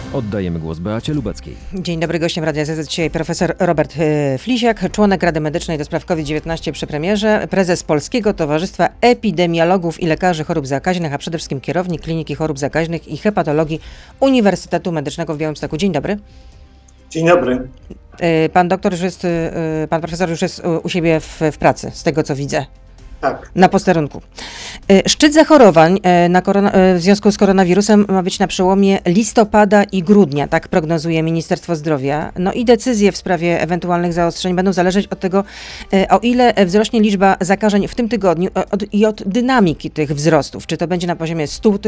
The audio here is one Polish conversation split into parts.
Oddajemy głos Beacie Lubeckiej. Dzień dobry, gościem Radia ZZ dzisiaj profesor Robert Fliziak, członek Rady Medycznej do spraw COVID-19 przy premierze, prezes Polskiego Towarzystwa Epidemiologów i Lekarzy Chorób Zakaźnych, a przede wszystkim kierownik Kliniki Chorób Zakaźnych i Hepatologii Uniwersytetu Medycznego w Białymstoku. Dzień dobry. Dzień dobry. Pan profesor już jest u siebie w pracy, z tego co widzę. Tak. Na posterunku. Szczyt zachorowań w związku z koronawirusem ma być na przełomie listopada i grudnia, tak prognozuje Ministerstwo Zdrowia. No i decyzje w sprawie ewentualnych zaostrzeń będą zależeć od tego, o ile wzrośnie liczba zakażeń w tym tygodniu i od dynamiki tych wzrostów. Czy to będzie na poziomie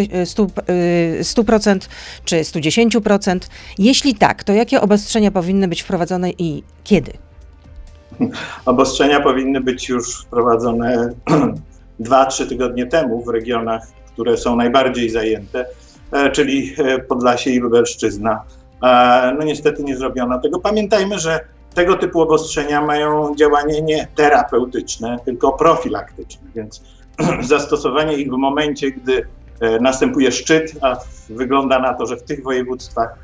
100% czy 110%? Jeśli tak, to jakie obostrzenia powinny być wprowadzone i kiedy? Obostrzenia powinny być już wprowadzone 2-3 tygodnie temu w regionach, które są najbardziej zajęte, czyli Podlasie i Lubelszczyzna. No niestety nie zrobiono tego. Pamiętajmy, że tego typu obostrzenia mają działanie nie terapeutyczne, tylko profilaktyczne, więc zastosowanie ich w momencie, gdy następuje szczyt, a wygląda na to, że w tych województwach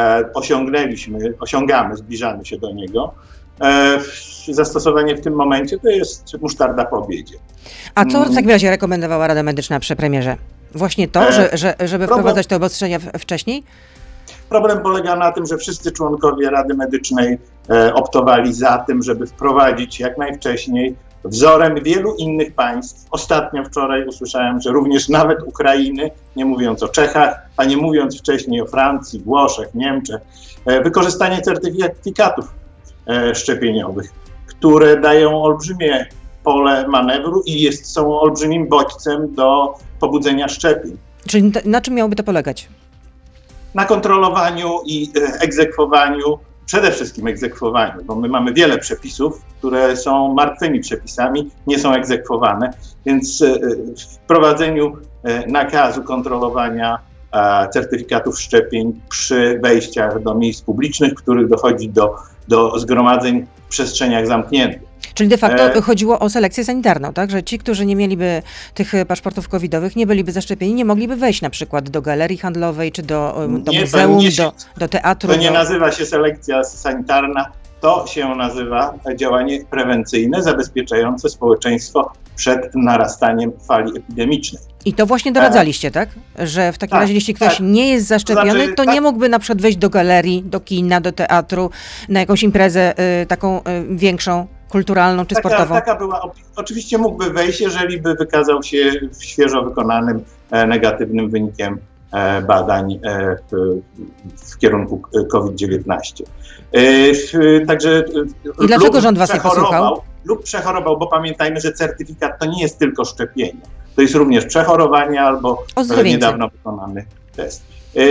zbliżamy się do niego, zastosowanie w tym momencie to jest musztarda po obiedzie. A co w takim razie rekomendowała Rada Medyczna przy premierze? Właśnie to, żeby wprowadzać te obostrzenia wcześniej? Problem polega na tym, że wszyscy członkowie Rady Medycznej optowali za tym, żeby wprowadzić jak najwcześniej wzorem wielu innych państw. Ostatnio wczoraj usłyszałem, że również nawet Ukrainy, nie mówiąc o Czechach, a nie mówiąc wcześniej o Francji, Włoszech, Niemczech, wykorzystanie certyfikatów szczepieniowych, które dają olbrzymie pole manewru i są olbrzymim bodźcem do pobudzenia szczepień. Czyli na czym miałoby to polegać? Na kontrolowaniu i egzekwowaniu, przede wszystkim egzekwowaniu, bo my mamy wiele przepisów, które są martwymi przepisami, nie są egzekwowane, więc wprowadzeniu nakazu kontrolowania certyfikatów szczepień przy wejściach do miejsc publicznych, w których dochodzi do zgromadzeń w przestrzeniach zamkniętych. Czyli de facto chodziło o selekcję sanitarną, tak? Że ci, którzy nie mieliby tych paszportów covidowych, nie byliby zaszczepieni, nie mogliby wejść na przykład do galerii handlowej, czy do muzeum, do teatru. To nie nazywa się selekcja sanitarna, to się nazywa działanie prewencyjne, zabezpieczające społeczeństwo przed narastaniem fali epidemicznej. I to właśnie doradzaliście, tak? Że w takim razie, jeśli ktoś nie jest zaszczepiony, to nie mógłby na przykład wejść do galerii, do kina, do teatru, na jakąś imprezę taką większą, kulturalną czy sportową. Taka była oczywiście mógłby wejść, jeżeli by wykazał się świeżo wykonanym negatywnym wynikiem badań w kierunku COVID-19. Także i dlaczego rząd was nie posłuchał? Lub przechorował, bo pamiętajmy, że certyfikat to nie jest tylko szczepienie. To jest również przechorowanie albo niedawno wykonany test.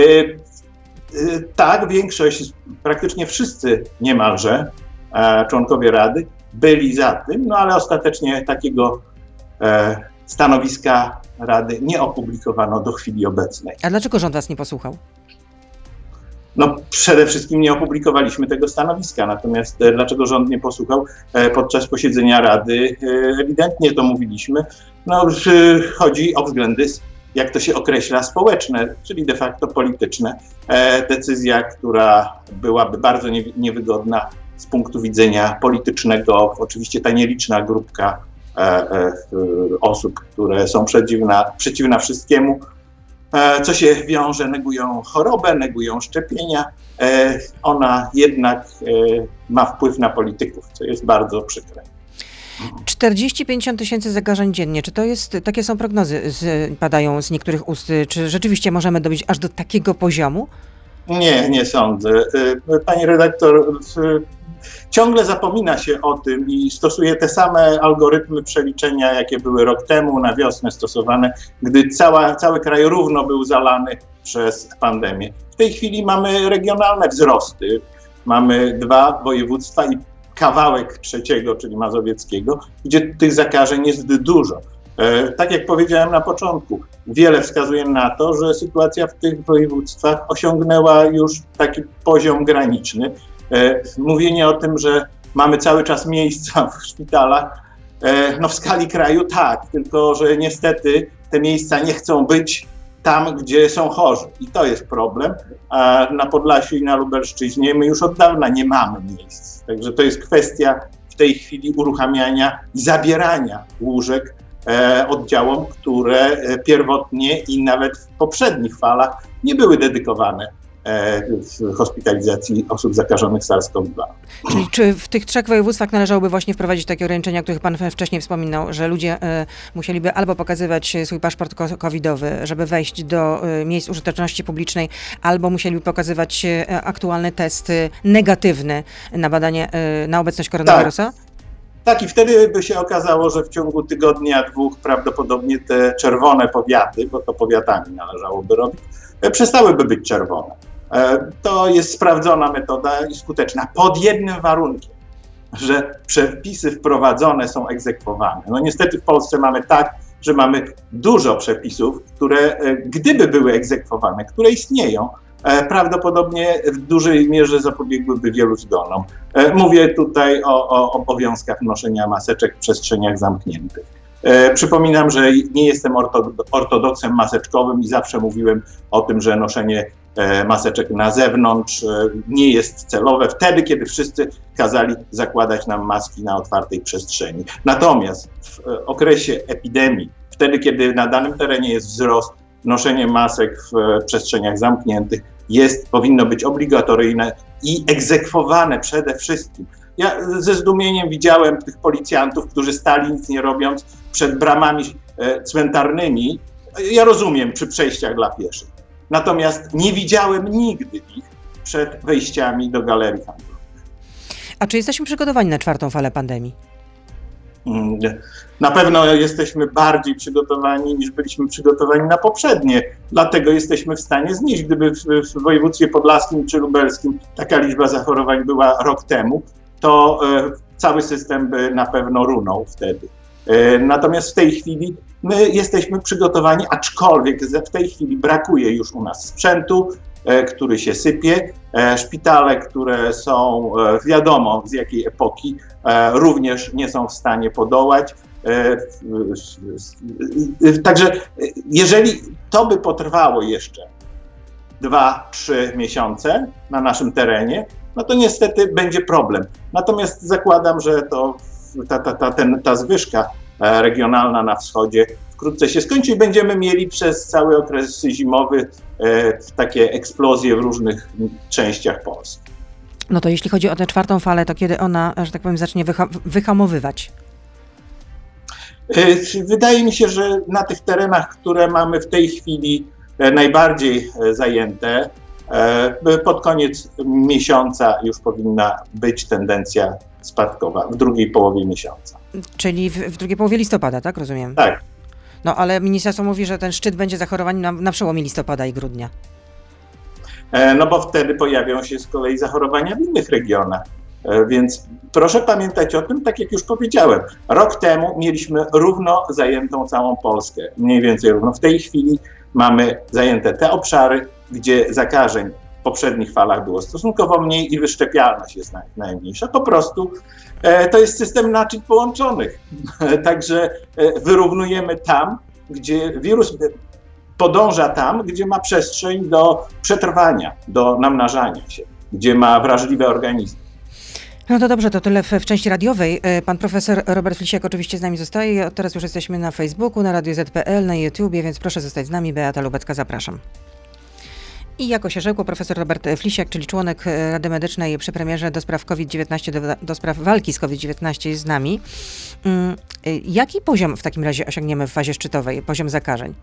Tak, większość, praktycznie wszyscy niemalże członkowie Rady byli za tym, no ale ostatecznie takiego stanowiska Rady nie opublikowano do chwili obecnej. A dlaczego rząd was nie posłuchał? No przede wszystkim nie opublikowaliśmy tego stanowiska, natomiast dlaczego rząd nie posłuchał podczas posiedzenia Rady, ewidentnie to mówiliśmy, no chodzi o względy, jak to się określa, społeczne, czyli de facto polityczne. Decyzja, która byłaby bardzo niewygodna z punktu widzenia politycznego, oczywiście ta nieliczna grupka osób, które są przeciwna wszystkiemu, co się wiąże, negują chorobę, negują szczepienia, ona jednak ma wpływ na polityków, co jest bardzo przykre. 40-50 tysięcy zakażeń dziennie. Czy to jest, takie są prognozy, padają z niektórych ust, czy rzeczywiście możemy dobić aż do takiego poziomu? Nie sądzę. Pani redaktor, ciągle zapomina się o tym i stosuje te same algorytmy przeliczenia, jakie były rok temu, na wiosnę stosowane, gdy cały kraj równo był zalany przez pandemię. W tej chwili mamy regionalne wzrosty. Mamy 2 województwa i kawałek trzeciego, czyli mazowieckiego, gdzie tych zakażeń jest dużo. Tak jak powiedziałem na początku, wiele wskazuje na to, że sytuacja w tych województwach osiągnęła już taki poziom graniczny. Mówienie o tym, że mamy cały czas miejsca w szpitalach, no w skali kraju tak, tylko że niestety te miejsca nie chcą być tam, gdzie są chorzy. I to jest problem. A na Podlasiu i na Lubelszczyźnie my już od dawna nie mamy miejsc. Także to jest kwestia w tej chwili uruchamiania i zabierania łóżek oddziałom, które pierwotnie i nawet w poprzednich falach nie były dedykowane hospitalizacji osób zakażonych SARS-CoV-2. Czyli czy w tych 3 województwach należałoby właśnie wprowadzić takie ograniczenia, o których pan wcześniej wspominał, że ludzie musieliby albo pokazywać swój paszport covidowy, żeby wejść do miejsc użyteczności publicznej, albo musieliby pokazywać aktualny test negatywny na badanie, na obecność koronawirusa? Tak, i wtedy by się okazało, że w ciągu tygodnia, 2 prawdopodobnie te czerwone powiaty, bo to powiatami należałoby robić, przestałyby być czerwone. To jest sprawdzona metoda i skuteczna, pod jednym warunkiem, że przepisy wprowadzone są egzekwowane. No niestety w Polsce mamy tak, że mamy dużo przepisów, które gdyby były egzekwowane, które istnieją, prawdopodobnie w dużej mierze zapobiegłyby wielu zgonom. Mówię tutaj o obowiązkach noszenia maseczek w przestrzeniach zamkniętych. Przypominam, że nie jestem ortodoksem maseczkowym i zawsze mówiłem o tym, że noszenie maseczek na zewnątrz nie jest celowe wtedy, kiedy wszyscy kazali zakładać nam maski na otwartej przestrzeni. Natomiast w okresie epidemii, wtedy, kiedy na danym terenie jest wzrost, noszenie masek w przestrzeniach zamkniętych powinno być obligatoryjne i egzekwowane przede wszystkim. Ja ze zdumieniem widziałem tych policjantów, którzy stali nic nie robiąc przed bramami cmentarnymi. Ja rozumiem, przy przejściach dla pieszych. Natomiast nie widziałem nigdy ich przed wejściami do galerii handlowych. A czy jesteśmy przygotowani na 4. falę pandemii? Na pewno jesteśmy bardziej przygotowani niż byliśmy przygotowani na poprzednie. Dlatego jesteśmy w stanie znieść. Gdyby w województwie podlaskim czy lubelskim taka liczba zachorowań była rok temu, to cały system by na pewno runął wtedy. Natomiast w tej chwili my jesteśmy przygotowani, aczkolwiek w tej chwili brakuje już u nas sprzętu, który się sypie. Szpitale, które są wiadomo z jakiej epoki, również nie są w stanie podołać. Także jeżeli to by potrwało jeszcze 2-3 miesiące na naszym terenie, no to niestety będzie problem. Natomiast zakładam, że ta zwyżka regionalna na wschodzie wkrótce się skończy i będziemy mieli przez cały okres zimowy takie eksplozje w różnych częściach Polski. No to jeśli chodzi o tę 4. falę, to kiedy ona, że tak powiem, zacznie wyhamowywać? Wydaje mi się, że na tych terenach, które mamy w tej chwili najbardziej zajęte, pod koniec miesiąca już powinna być tendencja spadkowa, w drugiej połowie miesiąca. Czyli w drugiej połowie listopada, tak? Rozumiem? Tak. No ale ministerstwo mówi, że ten szczyt będzie zachorowań na przełomie listopada i grudnia. No bo wtedy pojawią się z kolei zachorowania w innych regionach. Więc proszę pamiętać o tym, tak jak już powiedziałem, rok temu mieliśmy równo zajętą całą Polskę, mniej więcej równo. W tej chwili mamy zajęte te obszary, gdzie zakażeń w poprzednich falach było stosunkowo mniej i wyszczepialność jest najmniejsza. Po prostu to jest system naczyń połączonych. Także wyrównujemy tam, gdzie wirus podąża tam, gdzie ma przestrzeń do przetrwania, do namnażania się, gdzie ma wrażliwe organizmy. No to dobrze, to tyle w części radiowej. Pan profesor Robert Flisiak oczywiście z nami zostaje. Teraz już jesteśmy na Facebooku, na Radio Z.pl, na YouTubie, więc proszę zostać z nami. Beata Lubecka, zapraszam. I jako się rzekło, profesor Robert Flisiak, czyli członek Rady Medycznej przy premierze do spraw COVID-19, do spraw walki z COVID-19 jest z nami. Jaki poziom w takim razie osiągniemy w fazie szczytowej, poziom zakażeń?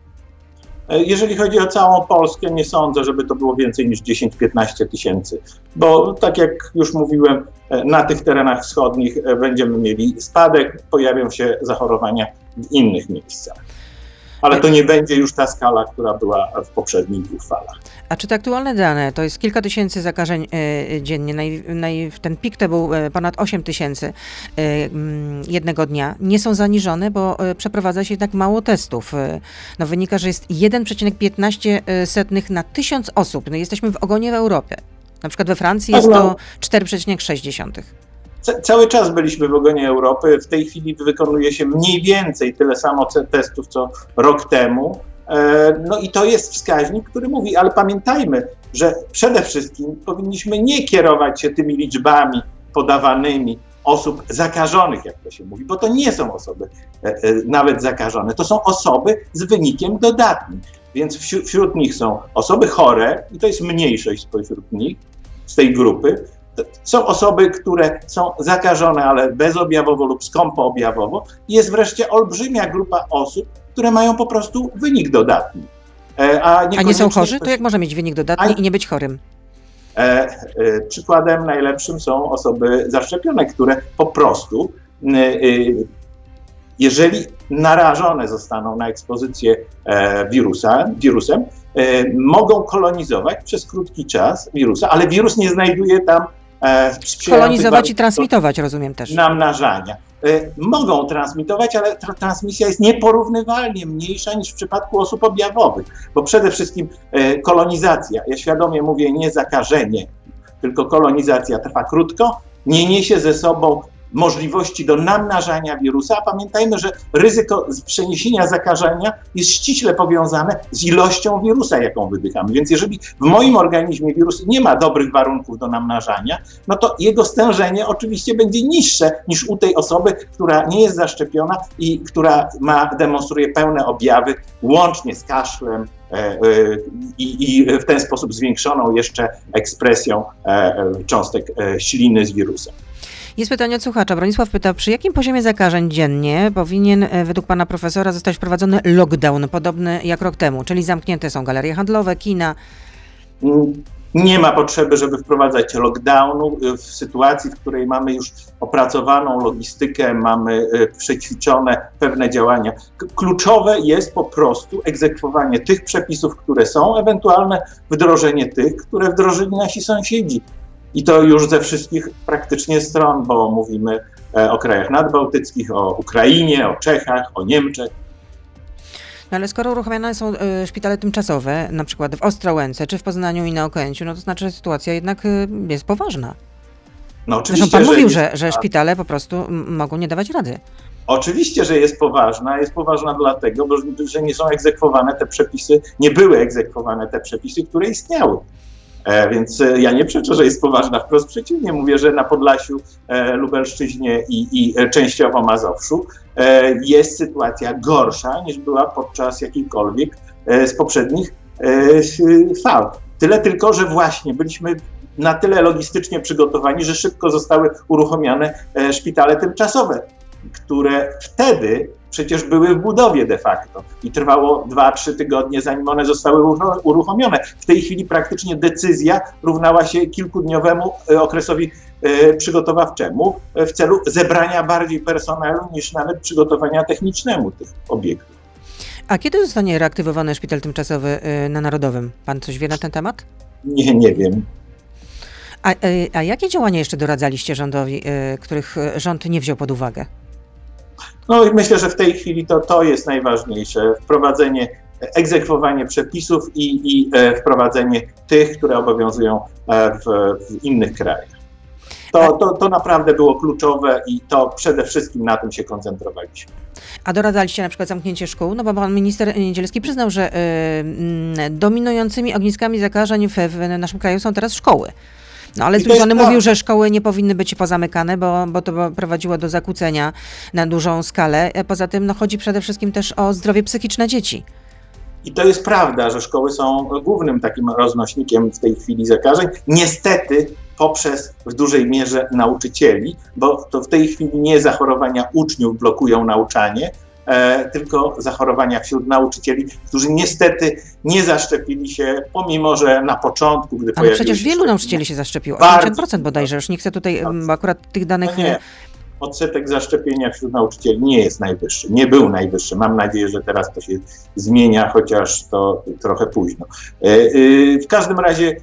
Jeżeli chodzi o całą Polskę, nie sądzę, żeby to było więcej niż 10-15 tysięcy, bo tak jak już mówiłem, na tych terenach wschodnich będziemy mieli spadek, pojawią się zachorowania w innych miejscach. Ale to nie będzie już ta skala, która była w poprzednich 2 falach. A czy te aktualne dane, to jest kilka tysięcy zakażeń dziennie, ten pik to był ponad 8 tysięcy jednego dnia, nie są zaniżone, bo przeprowadza się jednak mało testów. No, wynika, że jest 1,15 na 1000 osób. No, jesteśmy w ogonie w Europie. Na przykład we Francji jest to 4,6. Cały czas byliśmy w ogonie Europy. W tej chwili wykonuje się mniej więcej tyle samo testów, co rok temu. No i to jest wskaźnik, który mówi, ale pamiętajmy, że przede wszystkim powinniśmy nie kierować się tymi liczbami podawanymi osób zakażonych, jak to się mówi, bo to nie są osoby nawet zakażone, to są osoby z wynikiem dodatnim. Więc wśród nich są osoby chore, i to jest mniejszość spośród nich, z tej grupy. Są osoby, które są zakażone, ale bezobjawowo lub skąpoobjawowo. Jest wreszcie olbrzymia grupa osób, które mają po prostu wynik dodatni. A nie są chorzy? To jak można mieć wynik dodatni i nie być chorym? Przykładem najlepszym są osoby zaszczepione, które po prostu, jeżeli narażone zostaną na ekspozycję wirusem, mogą kolonizować przez krótki czas wirusa, ale wirus nie znajduje tam kolonizować i transmitować, rozumiem też. Namnażania. Mogą transmitować, ale ta transmisja jest nieporównywalnie mniejsza niż w przypadku osób objawowych, bo przede wszystkim kolonizacja, ja świadomie mówię nie zakażenie, tylko kolonizacja trwa krótko, nie niesie ze sobą możliwości do namnażania wirusa, a pamiętajmy, że ryzyko przeniesienia zakażenia jest ściśle powiązane z ilością wirusa, jaką wydychamy. Więc jeżeli w moim organizmie wirus nie ma dobrych warunków do namnażania, no to jego stężenie oczywiście będzie niższe niż u tej osoby, która nie jest zaszczepiona i która demonstruje pełne objawy, łącznie z kaszlem, i w ten sposób zwiększoną jeszcze ekspresją cząstek śliny z wirusem. Jest pytanie od słuchacza. Bronisław pyta, przy jakim poziomie zakażeń dziennie powinien według pana profesora zostać wprowadzony lockdown, podobny jak rok temu, czyli zamknięte są galerie handlowe, kina? Nie ma potrzeby, żeby wprowadzać lockdownu w sytuacji, w której mamy już opracowaną logistykę, mamy przećwiczone pewne działania. Kluczowe jest po prostu egzekwowanie tych przepisów, które są, ewentualne wdrożenie tych, które wdrożyli nasi sąsiedzi. I to już ze wszystkich praktycznie stron, bo mówimy o krajach nadbałtyckich, o Ukrainie, o Czechach, o Niemczech. No ale skoro uruchamiane są szpitale tymczasowe, na przykład w Ostrołęce, czy w Poznaniu i na Okęciu, no to znaczy, że sytuacja jednak jest poważna. No oczywiście, zresztą pan mówił, że szpitale po prostu mogą nie dawać rady. Oczywiście, że jest poważna. Jest poważna dlatego, że nie są egzekwowane te przepisy, nie były egzekwowane te przepisy, które istniały. Więc ja nie przeczę, że jest poważna, wprost przeciwnie. Mówię, że na Podlasiu, Lubelszczyźnie i częściowo Mazowszu jest sytuacja gorsza niż była podczas jakichkolwiek z poprzednich fal. Tyle tylko, że właśnie byliśmy na tyle logistycznie przygotowani, że szybko zostały uruchomione szpitale tymczasowe, które wtedy przecież były w budowie de facto i trwało 2-3 tygodnie, zanim one zostały uruchomione. W tej chwili praktycznie decyzja równała się kilkudniowemu okresowi przygotowawczemu w celu zebrania bardziej personelu niż nawet przygotowania technicznemu tych obiektów. A kiedy zostanie reaktywowany szpital tymczasowy na Narodowym? Pan coś wie na ten temat? Nie wiem. A jakie działania jeszcze doradzaliście rządowi, których rząd nie wziął pod uwagę? No i myślę, że w tej chwili to jest najważniejsze. Wprowadzenie, egzekwowanie przepisów i wprowadzenie tych, które obowiązują w innych krajach. To naprawdę było kluczowe i to przede wszystkim na tym się koncentrowaliśmy. A doradzaliście na przykład zamknięcie szkół? No bo pan minister Niedzielski przyznał, że dominującymi ogniskami zakażeń w naszym kraju są teraz szkoły. No ale z drugiej strony mówił, że szkoły nie powinny być pozamykane, bo to prowadziło do zakłócenia na dużą skalę. Poza tym chodzi przede wszystkim też o zdrowie psychiczne dzieci. I to jest prawda, że szkoły są głównym takim roznośnikiem w tej chwili zakażeń. Niestety poprzez w dużej mierze nauczycieli, bo to w tej chwili nie zachorowania uczniów blokują nauczanie, tylko zachorowania wśród nauczycieli, którzy niestety nie zaszczepili się, pomimo że na początku, gdy ale przecież wielu nauczycieli się zaszczepiło, 80% bodajże, już nie chcę tutaj akurat tych danych... Nie. Odsetek zaszczepienia wśród nauczycieli nie jest najwyższy, nie był najwyższy. Mam nadzieję, że teraz to się zmienia, chociaż to trochę późno. W każdym razie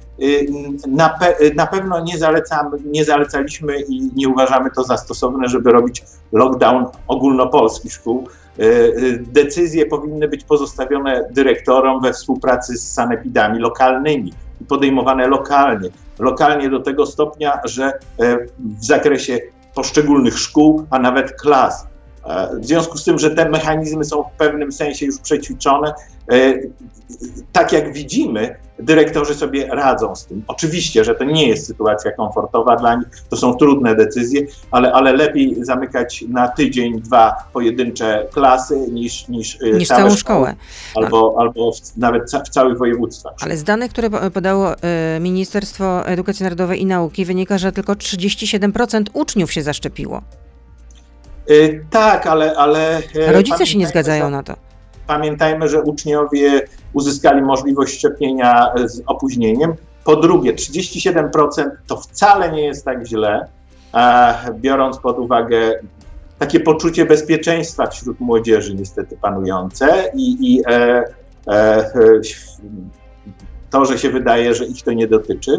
na pewno nie zalecaliśmy i nie uważamy to za stosowne, żeby robić lockdown ogólnopolski szkół. Decyzje powinny być pozostawione dyrektorom we współpracy z sanepidami lokalnymi i podejmowane lokalnie do tego stopnia, że w zakresie poszczególnych szkół, a nawet klas W związku z tym, że te mechanizmy są w pewnym sensie już przećwiczone, tak jak widzimy, dyrektorzy sobie radzą z tym. Oczywiście, że to nie jest sytuacja komfortowa dla nich, to są trudne decyzje, ale lepiej zamykać na tydzień, 2 pojedyncze klasy niż całą szkołę. Albo nawet w całych województwach. Ale z danych, które podało Ministerstwo Edukacji Narodowej i Nauki, wynika, że tylko 37% uczniów się zaszczepiło. Tak, ale rodzice się nie zgadzają na to. Pamiętajmy, że uczniowie uzyskali możliwość szczepienia z opóźnieniem. Po drugie, 37% to wcale nie jest tak źle, biorąc pod uwagę takie poczucie bezpieczeństwa wśród młodzieży niestety panujące i to, że się wydaje, że ich to nie dotyczy.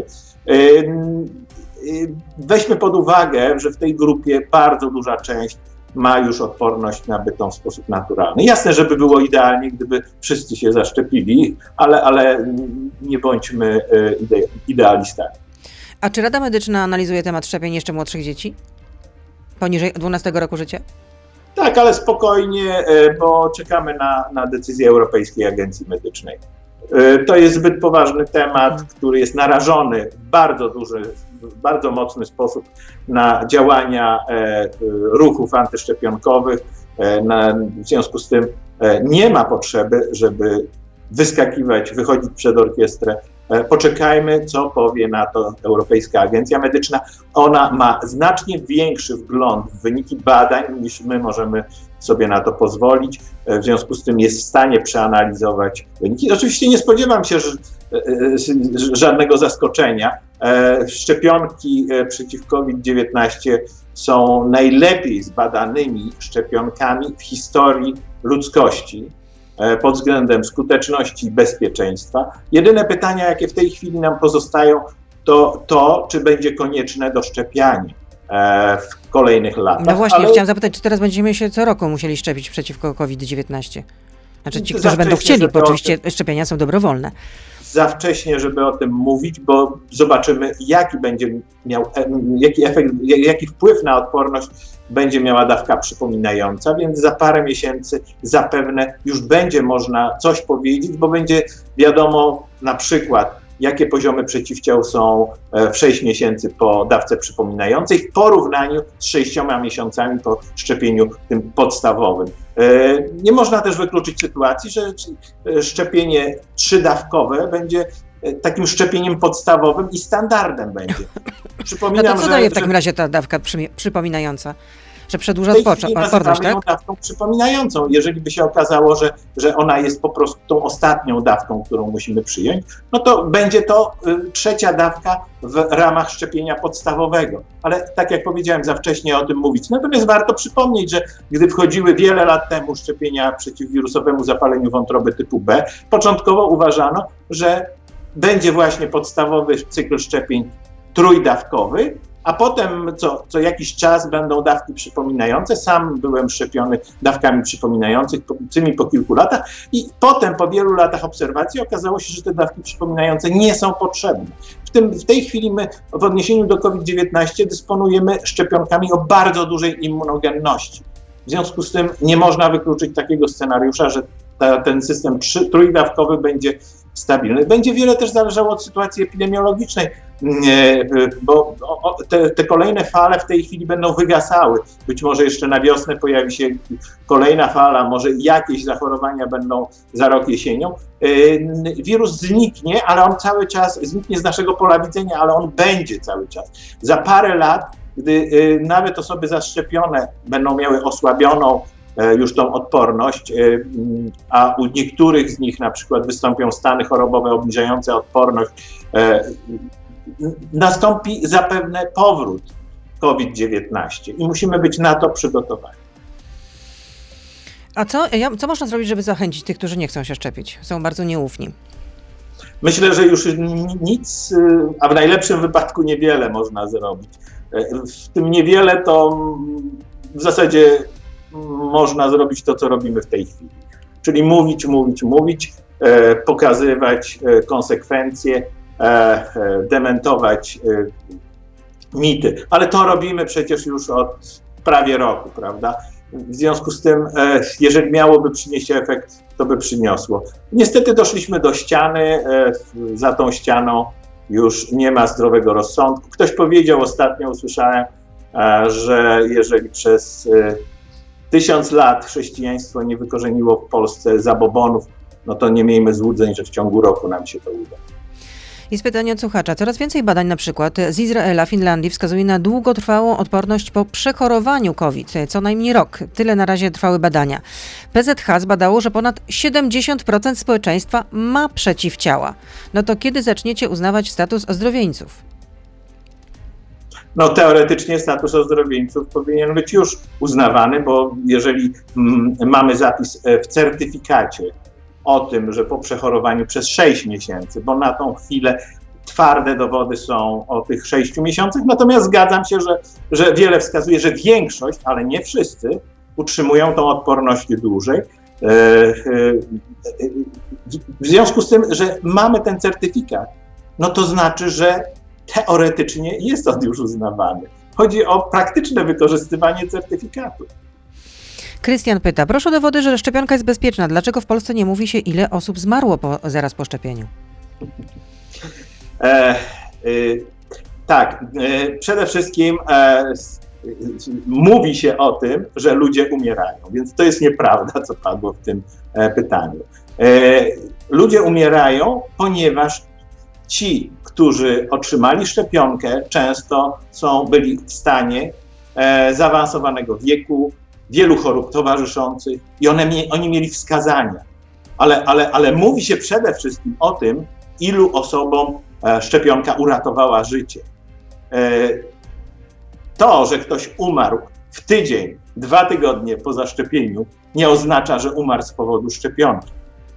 Weźmy pod uwagę, że w tej grupie bardzo duża część ma już odporność nabytą w sposób naturalny. Jasne, żeby było idealnie, gdyby wszyscy się zaszczepili, ale nie bądźmy idealistami. A czy Rada Medyczna analizuje temat szczepień jeszcze młodszych dzieci? Poniżej 12 roku życia? Tak, ale spokojnie, bo czekamy na decyzję Europejskiej Agencji Medycznej. To jest zbyt poważny temat, który jest narażony w bardzo mocny sposób na działania ruchów antyszczepionkowych. W związku z tym nie ma potrzeby, żeby wychodzić przed orkiestrę. Poczekajmy, co powie na to Europejska Agencja Medyczna. Ona ma znacznie większy wgląd w wyniki badań, niż my możemy sobie na to pozwolić. W związku z tym jest w stanie przeanalizować wyniki. Oczywiście nie spodziewam się żadnego zaskoczenia. Szczepionki przeciw COVID-19 są najlepiej zbadanymi szczepionkami w historii ludzkości pod względem skuteczności i bezpieczeństwa. Jedyne pytania, jakie w tej chwili nam pozostają, to czy będzie konieczne doszczepianie w kolejnych latach. No właśnie, chciałam zapytać, czy teraz będziemy się co roku musieli szczepić przeciwko COVID-19? Znaczy ci, którzy będą chcieli, bo oczywiście szczepienia są dobrowolne. Za wcześnie, żeby o tym mówić, bo zobaczymy, jaki wpływ na odporność będzie miała dawka przypominająca, więc za parę miesięcy zapewne już będzie można coś powiedzieć, bo będzie wiadomo na przykład, jakie poziomy przeciwciał są w 6 miesięcy po dawce przypominającej w porównaniu z 6 miesiącami po szczepieniu tym podstawowym. Nie można też wykluczyć sytuacji, że szczepienie 3-dawkowe będzie takim szczepieniem podstawowym i standardem będzie. Przypominam, no to co daje w takim razie ta dawka przypominająca? Że przedłuża odporność, tak? Dawką przypominającą. Jeżeli by się okazało, że ona jest po prostu tą ostatnią dawką, którą musimy przyjąć, no to będzie to 3. dawka w ramach szczepienia podstawowego. Ale tak jak powiedziałem, za wcześnie o tym mówić. Natomiast warto przypomnieć, że gdy wchodziły wiele lat temu szczepienia przeciw wirusowemu zapaleniu wątroby typu B, początkowo uważano, że będzie właśnie podstawowy cykl szczepień 3-dawkowy, a potem co jakiś czas będą dawki przypominające. Sam byłem szczepiony dawkami przypominającymi po kilku latach i potem po wielu latach obserwacji okazało się, że te dawki przypominające nie są potrzebne. W tej chwili my w odniesieniu do COVID-19 dysponujemy szczepionkami o bardzo dużej immunogenności. W związku z tym nie można wykluczyć takiego scenariusza, że ten system 3-dawkowy będzie stabilny. Będzie wiele też zależało od sytuacji epidemiologicznej, bo te kolejne fale w tej chwili będą wygasały. Być może jeszcze na wiosnę pojawi się kolejna fala, może jakieś zachorowania będą za rok jesienią. Wirus zniknie, ale on cały czas zniknie z naszego pola widzenia, ale on będzie cały czas. Za parę lat, gdy nawet osoby zaszczepione będą miały osłabioną już tą odporność, a u niektórych z nich na przykład wystąpią stany chorobowe obniżające odporność, nastąpi zapewne powrót COVID-19 i musimy być na to przygotowani. A co można zrobić, żeby zachęcić tych, którzy nie chcą się szczepić? Są bardzo nieufni. Myślę, że już nic, a w najlepszym wypadku niewiele można zrobić. W tym niewiele to w zasadzie można zrobić to, co robimy w tej chwili. Czyli mówić, pokazywać konsekwencje, dementować mity. Ale to robimy przecież już od prawie roku, prawda? W związku z tym, jeżeli miałoby przynieść efekt, to by przyniosło. Niestety doszliśmy do ściany, za tą ścianą już nie ma zdrowego rozsądku. Ktoś powiedział, ostatnio usłyszałem, że jeżeli przez 1000 lat chrześcijaństwo nie wykorzeniło w Polsce zabobonów, no to nie miejmy złudzeń, że w ciągu roku nam się to uda. Jest pytanie od słuchacza. Coraz więcej badań na przykład z Izraela, Finlandii wskazuje na długotrwałą odporność po przechorowaniu COVID. Co najmniej rok. Tyle na razie trwały badania. PZH zbadało, że ponad 70% społeczeństwa ma przeciwciała. No to kiedy zaczniecie uznawać status ozdrowieńców? No teoretycznie status ozdrowieńców powinien być już uznawany, bo jeżeli mamy zapis w certyfikacie o tym, że po przechorowaniu przez 6 miesięcy, bo na tą chwilę twarde dowody są o tych 6 miesiącach, natomiast zgadzam się, że wiele wskazuje, że większość, ale nie wszyscy, utrzymują tą odporność dłużej. W związku z tym, że mamy ten certyfikat, no to znaczy, że teoretycznie jest on już uznawany. Chodzi o praktyczne wykorzystywanie certyfikatu. Krystian pyta, proszę o dowody, że szczepionka jest bezpieczna. Dlaczego w Polsce nie mówi się, ile osób zmarło zaraz po szczepieniu? Przede wszystkim mówi się o tym, że ludzie umierają, więc to jest nieprawda, co padło w tym pytaniu. Ludzie umierają, ponieważ ci, którzy otrzymali szczepionkę, często byli w stanie zaawansowanego wieku, wielu chorób towarzyszących i oni mieli wskazania. Ale mówi się przede wszystkim o tym, ilu osobom szczepionka uratowała życie. To, że ktoś umarł w tydzień, 2 tygodnie po zaszczepieniu, nie oznacza, że umarł z powodu szczepionki.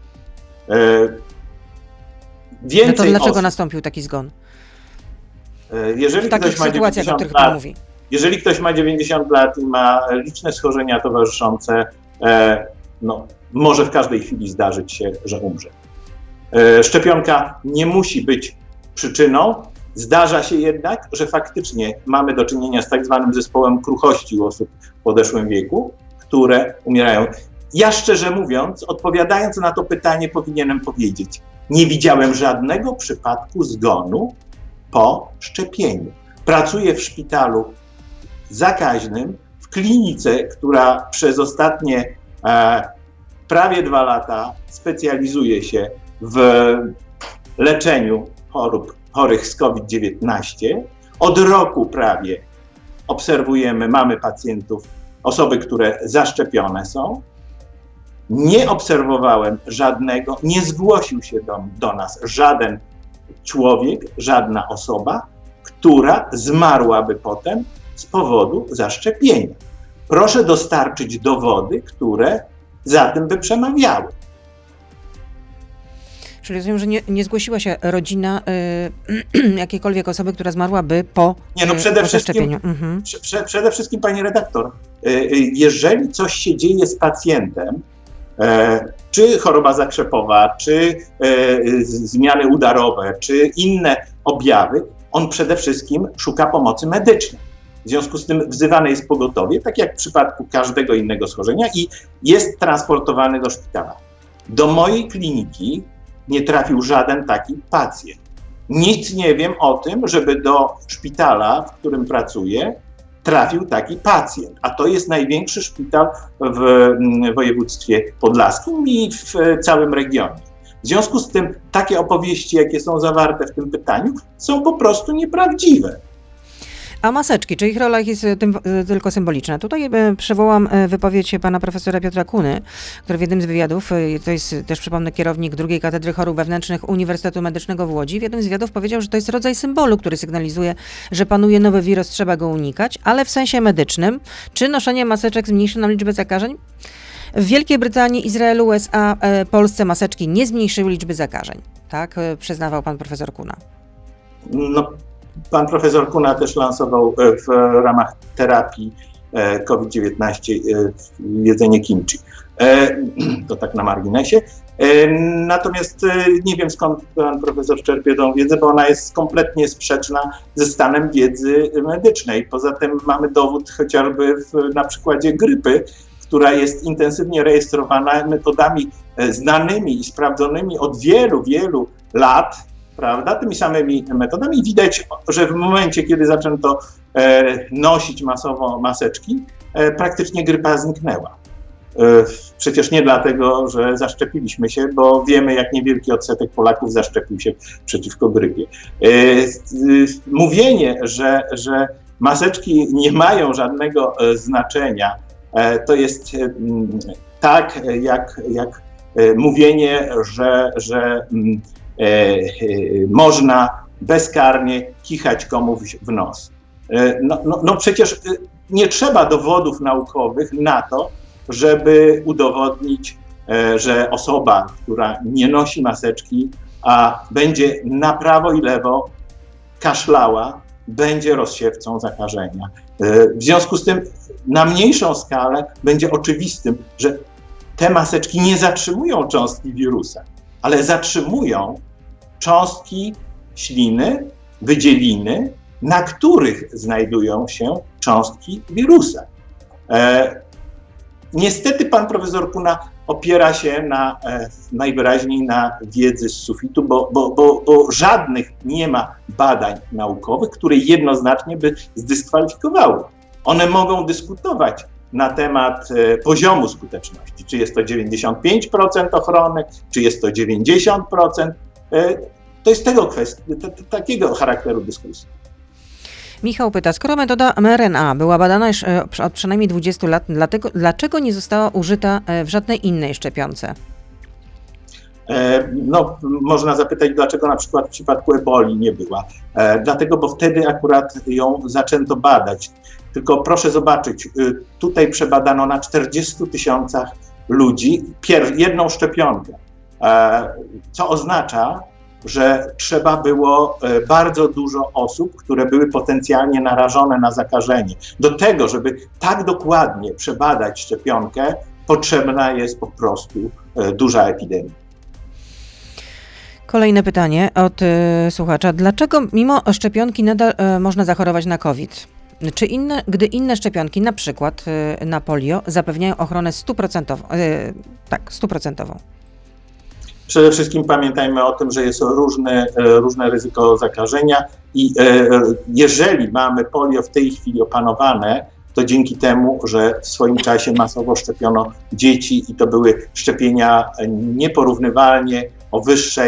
No to dlaczego nastąpił taki zgon? Jeżeli w takich ktoś ma sytuacjach, 90 o których pan lat, mówi. Jeżeli ktoś ma 90 lat i ma liczne schorzenia towarzyszące, może w każdej chwili zdarzyć się, że umrze. Szczepionka nie musi być przyczyną. Zdarza się jednak, że faktycznie mamy do czynienia z tak zwanym zespołem kruchości u osób w podeszłym wieku, które umierają. Ja szczerze mówiąc, odpowiadając na to pytanie, powinienem powiedzieć, nie widziałem żadnego przypadku zgonu po szczepieniu. Pracuję w szpitalu zakaźnym, w klinice, która przez ostatnie prawie 2 lata specjalizuje się w leczeniu chorych z COVID-19. Od roku prawie mamy pacjentów, osoby, które zaszczepione są. Nie obserwowałem nie zgłosił się do nas żaden człowiek, żadna osoba, która zmarłaby potem z powodu zaszczepienia. Proszę dostarczyć dowody, które za tym by przemawiały. Czyli rozumiem, że nie zgłosiła się rodzina jakiejkolwiek osoby, która zmarłaby po zaszczepieniu. Przede wszystkim, pani redaktor, jeżeli coś się dzieje z pacjentem, czy choroba zakrzepowa, czy zmiany udarowe, czy inne objawy, on przede wszystkim szuka pomocy medycznej. W związku z tym wzywane jest pogotowie, tak jak w przypadku każdego innego schorzenia, i jest transportowany do szpitala. Do mojej kliniki nie trafił żaden taki pacjent. Nic nie wiem o tym, żeby do szpitala, w którym pracuję, trafił taki pacjent. A to jest największy szpital w województwie podlaskim i w całym regionie. W związku z tym takie opowieści, jakie są zawarte w tym pytaniu, są po prostu nieprawdziwe. A maseczki, czy ich rola jest tylko symboliczna? Tutaj przywołam wypowiedź pana profesora Piotra Kuny, który w jednym z wywiadów, to jest też, przypomnę, kierownik II Katedry Chorób Wewnętrznych Uniwersytetu Medycznego w Łodzi, w jednym z wywiadów powiedział, że to jest rodzaj symbolu, który sygnalizuje, że panuje nowy wirus, trzeba go unikać, ale w sensie medycznym, czy noszenie maseczek zmniejszy nam liczbę zakażeń? W Wielkiej Brytanii, Izraelu, USA, Polsce maseczki nie zmniejszyły liczby zakażeń. Tak przyznawał pan profesor Kuna. Pan profesor Kuna też lansował w ramach terapii COVID-19 jedzenie kimchi. To tak na marginesie. Natomiast nie wiem, skąd pan profesor czerpie tą wiedzę, bo ona jest kompletnie sprzeczna ze stanem wiedzy medycznej. Poza tym mamy dowód chociażby na przykładzie grypy, która jest intensywnie rejestrowana metodami znanymi i sprawdzonymi od wielu, wielu lat, prawda, tymi samymi metodami. Widać, że w momencie, kiedy zaczęto nosić masowo maseczki, praktycznie grypa zniknęła. Przecież nie dlatego, że zaszczepiliśmy się, bo wiemy, jak niewielki odsetek Polaków zaszczepił się przeciwko grypie. Mówienie, że maseczki nie mają żadnego znaczenia, to jest tak, jak mówienie, że można bezkarnie kichać komuś w nos. No przecież nie trzeba dowodów naukowych na to, żeby udowodnić, że osoba, która nie nosi maseczki, a będzie na prawo i lewo kaszlała, będzie rozsiewcą zakażenia. W związku z tym na mniejszą skalę będzie oczywistym, że te maseczki nie zatrzymują cząstki wirusa, ale zatrzymują cząstki śliny, wydzieliny, na których znajdują się cząstki wirusa. Niestety pan profesor Kuna opiera się najwyraźniej na wiedzy z sufitu, bo żadnych nie ma badań naukowych, które jednoznacznie by zdyskwalifikowały. One mogą dyskutować na temat poziomu skuteczności, czy jest to 95% ochrony, czy jest to 90%. To jest takiego charakteru dyskusji. Michał pyta, skoro metoda mRNA była badana już od przynajmniej 20 lat, dlaczego nie została użyta w żadnej innej szczepionce? No, można zapytać, dlaczego na przykład w przypadku eboli nie była. Dlatego, bo wtedy akurat ją zaczęto badać. Tylko proszę zobaczyć, tutaj przebadano na 40 000 ludzi jedną szczepionkę, co oznacza, że trzeba było bardzo dużo osób, które były potencjalnie narażone na zakażenie. Do tego, żeby tak dokładnie przebadać szczepionkę, potrzebna jest po prostu duża epidemia. Kolejne pytanie od słuchacza. Dlaczego mimo szczepionki nadal można zachorować na COVID? Czy gdy inne szczepionki, na przykład na polio, zapewniają ochronę 100%? Tak, 100%. Przede wszystkim pamiętajmy o tym, że jest różne ryzyko zakażenia i jeżeli mamy polio w tej chwili opanowane, to dzięki temu, że w swoim czasie masowo szczepiono dzieci i to były szczepienia nieporównywalnie o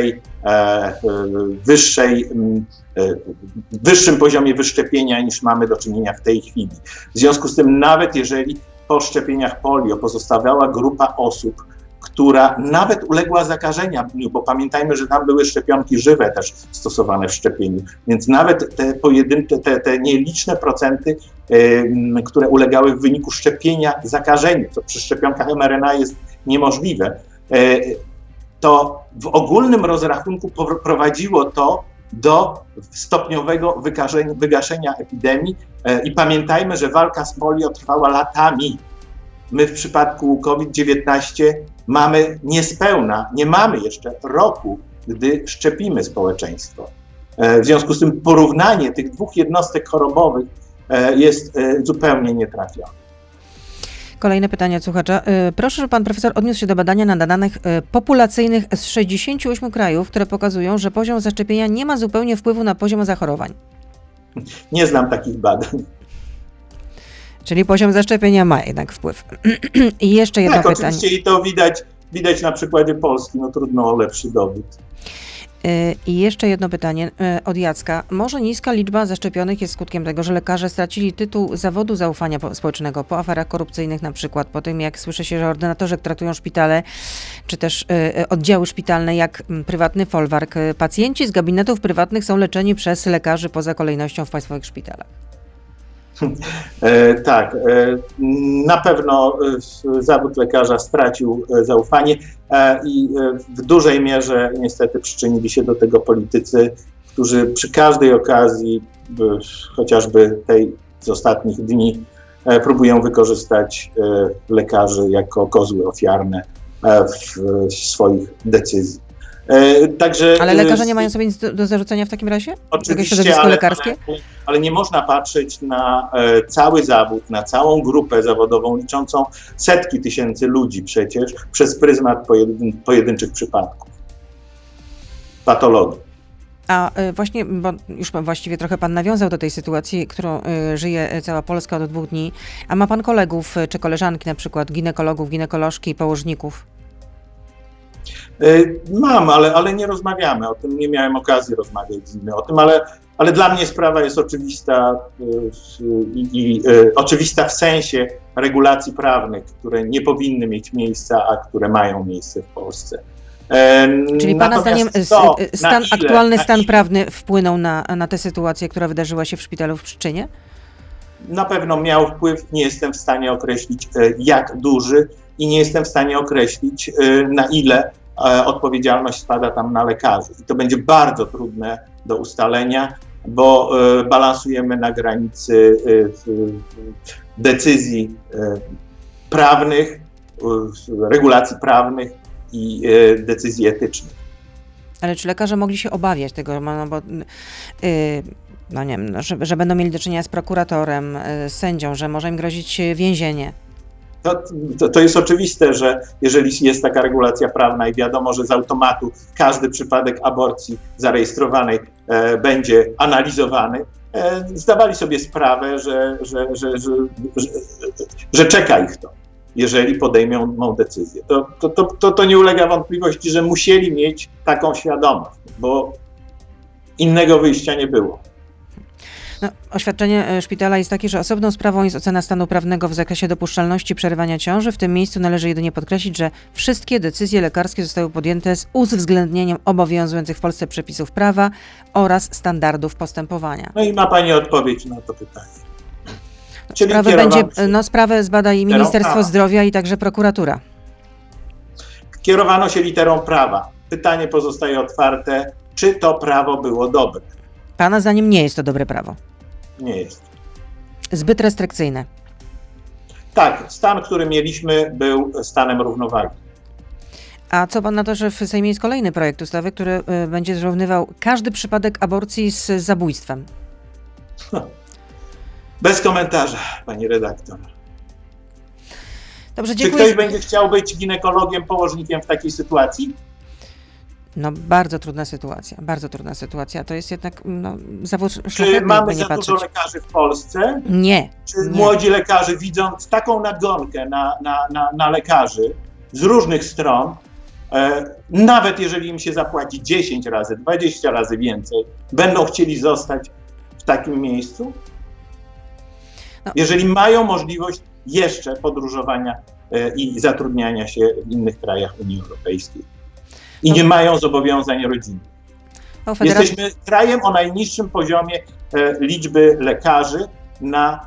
wyższym poziomie wyszczepienia niż mamy do czynienia w tej chwili. W związku z tym nawet jeżeli po szczepieniach polio pozostawała grupa osób, która nawet uległa zakażenia, bo pamiętajmy, że tam były szczepionki żywe też stosowane w szczepieniu, więc nawet te pojedyncze, te nieliczne procenty, które ulegały w wyniku szczepienia zakażeniu, co przy szczepionkach mRNA jest niemożliwe, to w ogólnym rozrachunku prowadziło to do stopniowego wygaszenia epidemii i pamiętajmy, że walka z polio trwała latami. My w przypadku COVID-19 mamy nie mamy jeszcze roku, gdy szczepimy społeczeństwo. W związku z tym porównanie tych dwóch jednostek chorobowych jest zupełnie nietrafione. Kolejne pytanie od słuchacza. Proszę, żeby pan profesor odniósł się do badania na danych populacyjnych z 68 krajów, które pokazują, że poziom zaszczepienia nie ma zupełnie wpływu na poziom zachorowań. Nie znam takich badań. Czyli poziom zaszczepienia ma jednak wpływ. I jeszcze jedno pytanie. Oczywiście i to widać na przykładzie Polski, no trudno o lepszy dowód. I jeszcze jedno pytanie od Jacka. Może niska liczba zaszczepionych jest skutkiem tego, że lekarze stracili tytuł zawodu zaufania społecznego po aferach korupcyjnych na przykład, po tym jak słyszy się, że ordynatorzy traktują szpitale, czy też oddziały szpitalne jak prywatny folwark. Pacjenci z gabinetów prywatnych są leczeni przez lekarzy poza kolejnością w państwowych szpitalach. Tak, na pewno zawód lekarza stracił zaufanie i w dużej mierze niestety przyczynili się do tego politycy, którzy przy każdej okazji, chociażby tej z ostatnich dni, próbują wykorzystać lekarzy jako kozły ofiarne w swoich decyzji. Także, Ale lekarze nie mają sobie nic do zarzucenia w takim razie? Oczywiście, ale nie można patrzeć na cały zawód, na całą grupę zawodową liczącą setki tysięcy ludzi przecież przez pryzmat pojedynczych przypadków patologii. A właśnie, bo już właściwie trochę pan nawiązał do tej sytuacji, którą żyje cała Polska od 2 dni. A ma pan kolegów czy koleżanki, na przykład ginekologów, ginekolożki, położników? Mam, ale nie rozmawiamy o tym, nie miałem okazji rozmawiać z nimi o tym, ale dla mnie sprawa jest oczywista oczywista w sensie regulacji prawnych, które nie powinny mieć miejsca, a które mają miejsce w Polsce. Czyli pana zdaniem aktualny stan prawny wpłynął na tę sytuację, która wydarzyła się w szpitalu w Pszczynie? Na pewno miał wpływ, nie jestem w stanie określić jak duży i nie jestem w stanie określić na ile odpowiedzialność spada tam na lekarzy. I to będzie bardzo trudne do ustalenia, bo balansujemy na granicy decyzji prawnych, regulacji prawnych i decyzji etycznych. Ale czy lekarze mogli się obawiać tego, bo no nie wiem, że będą mieli do czynienia z prokuratorem, z sędzią, że może im grozić więzienie? To jest oczywiste, że jeżeli jest taka regulacja prawna i wiadomo, że z automatu każdy przypadek aborcji zarejestrowanej będzie analizowany, zdawali sobie sprawę, że czeka ich to, jeżeli podejmą decyzję. To nie ulega wątpliwości, że musieli mieć taką świadomość, bo innego wyjścia nie było. No, oświadczenie szpitala jest takie, że osobną sprawą jest ocena stanu prawnego w zakresie dopuszczalności przerywania ciąży. W tym miejscu należy jedynie podkreślić, że wszystkie decyzje lekarskie zostały podjęte z uwzględnieniem obowiązujących w Polsce przepisów prawa oraz standardów postępowania. No i ma pani odpowiedź na to pytanie. Czyli sprawę zbada i Ministerstwo Zdrowia i także prokuratura. Kierowano się literą prawa. Pytanie pozostaje otwarte, czy to prawo było dobre. Pana zdaniem nie jest to dobre prawo? Nie jest. Zbyt restrykcyjne. Tak, stan, który mieliśmy, był stanem równowagi. A co pan na to, że w Sejmie jest kolejny projekt ustawy, który będzie zrównywał każdy przypadek aborcji z zabójstwem? Bez komentarza, pani redaktor. Dobrze, czy dziękuję. ktoś będzie chciał być ginekologiem, położnikiem w takiej sytuacji? No, bardzo trudna sytuacja, bardzo trudna sytuacja. To jest jednak zawód szlachetny. Czy mamy za dużo lekarzy w Polsce? Nie. Czy młodzi lekarze, widząc taką nagonkę na lekarzy z różnych stron, nawet jeżeli im się zapłaci 10 razy, 20 razy więcej, będą chcieli zostać w takim miejscu? No. Jeżeli mają możliwość jeszcze podróżowania i zatrudniania się w innych krajach Unii Europejskiej i nie mają zobowiązań rodzinnych. Jesteśmy krajem o najniższym poziomie liczby lekarzy na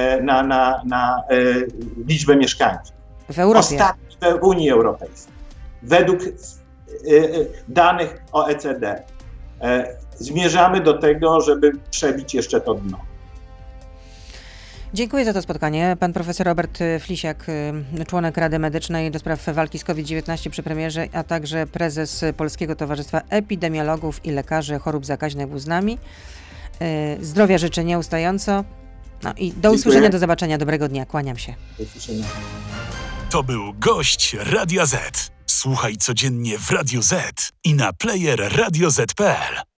liczbę mieszkańców. W Europie. Ostatni w Unii Europejskiej. Według danych OECD zmierzamy do tego, żeby przebić jeszcze to dno. Dziękuję za to spotkanie. Pan profesor Robert Flisiak, członek Rady Medycznej do spraw walki z COVID-19 przy premierze, a także prezes Polskiego Towarzystwa Epidemiologów i Lekarzy Chorób Zakaźnych był z nami. Zdrowia życzę nieustająco. No i do usłyszenia, do zobaczenia. Dobrego dnia. Kłaniam się. Do usłyszenia. To był gość Radia Z. Słuchaj codziennie w Radio Z i na player radioz.pl.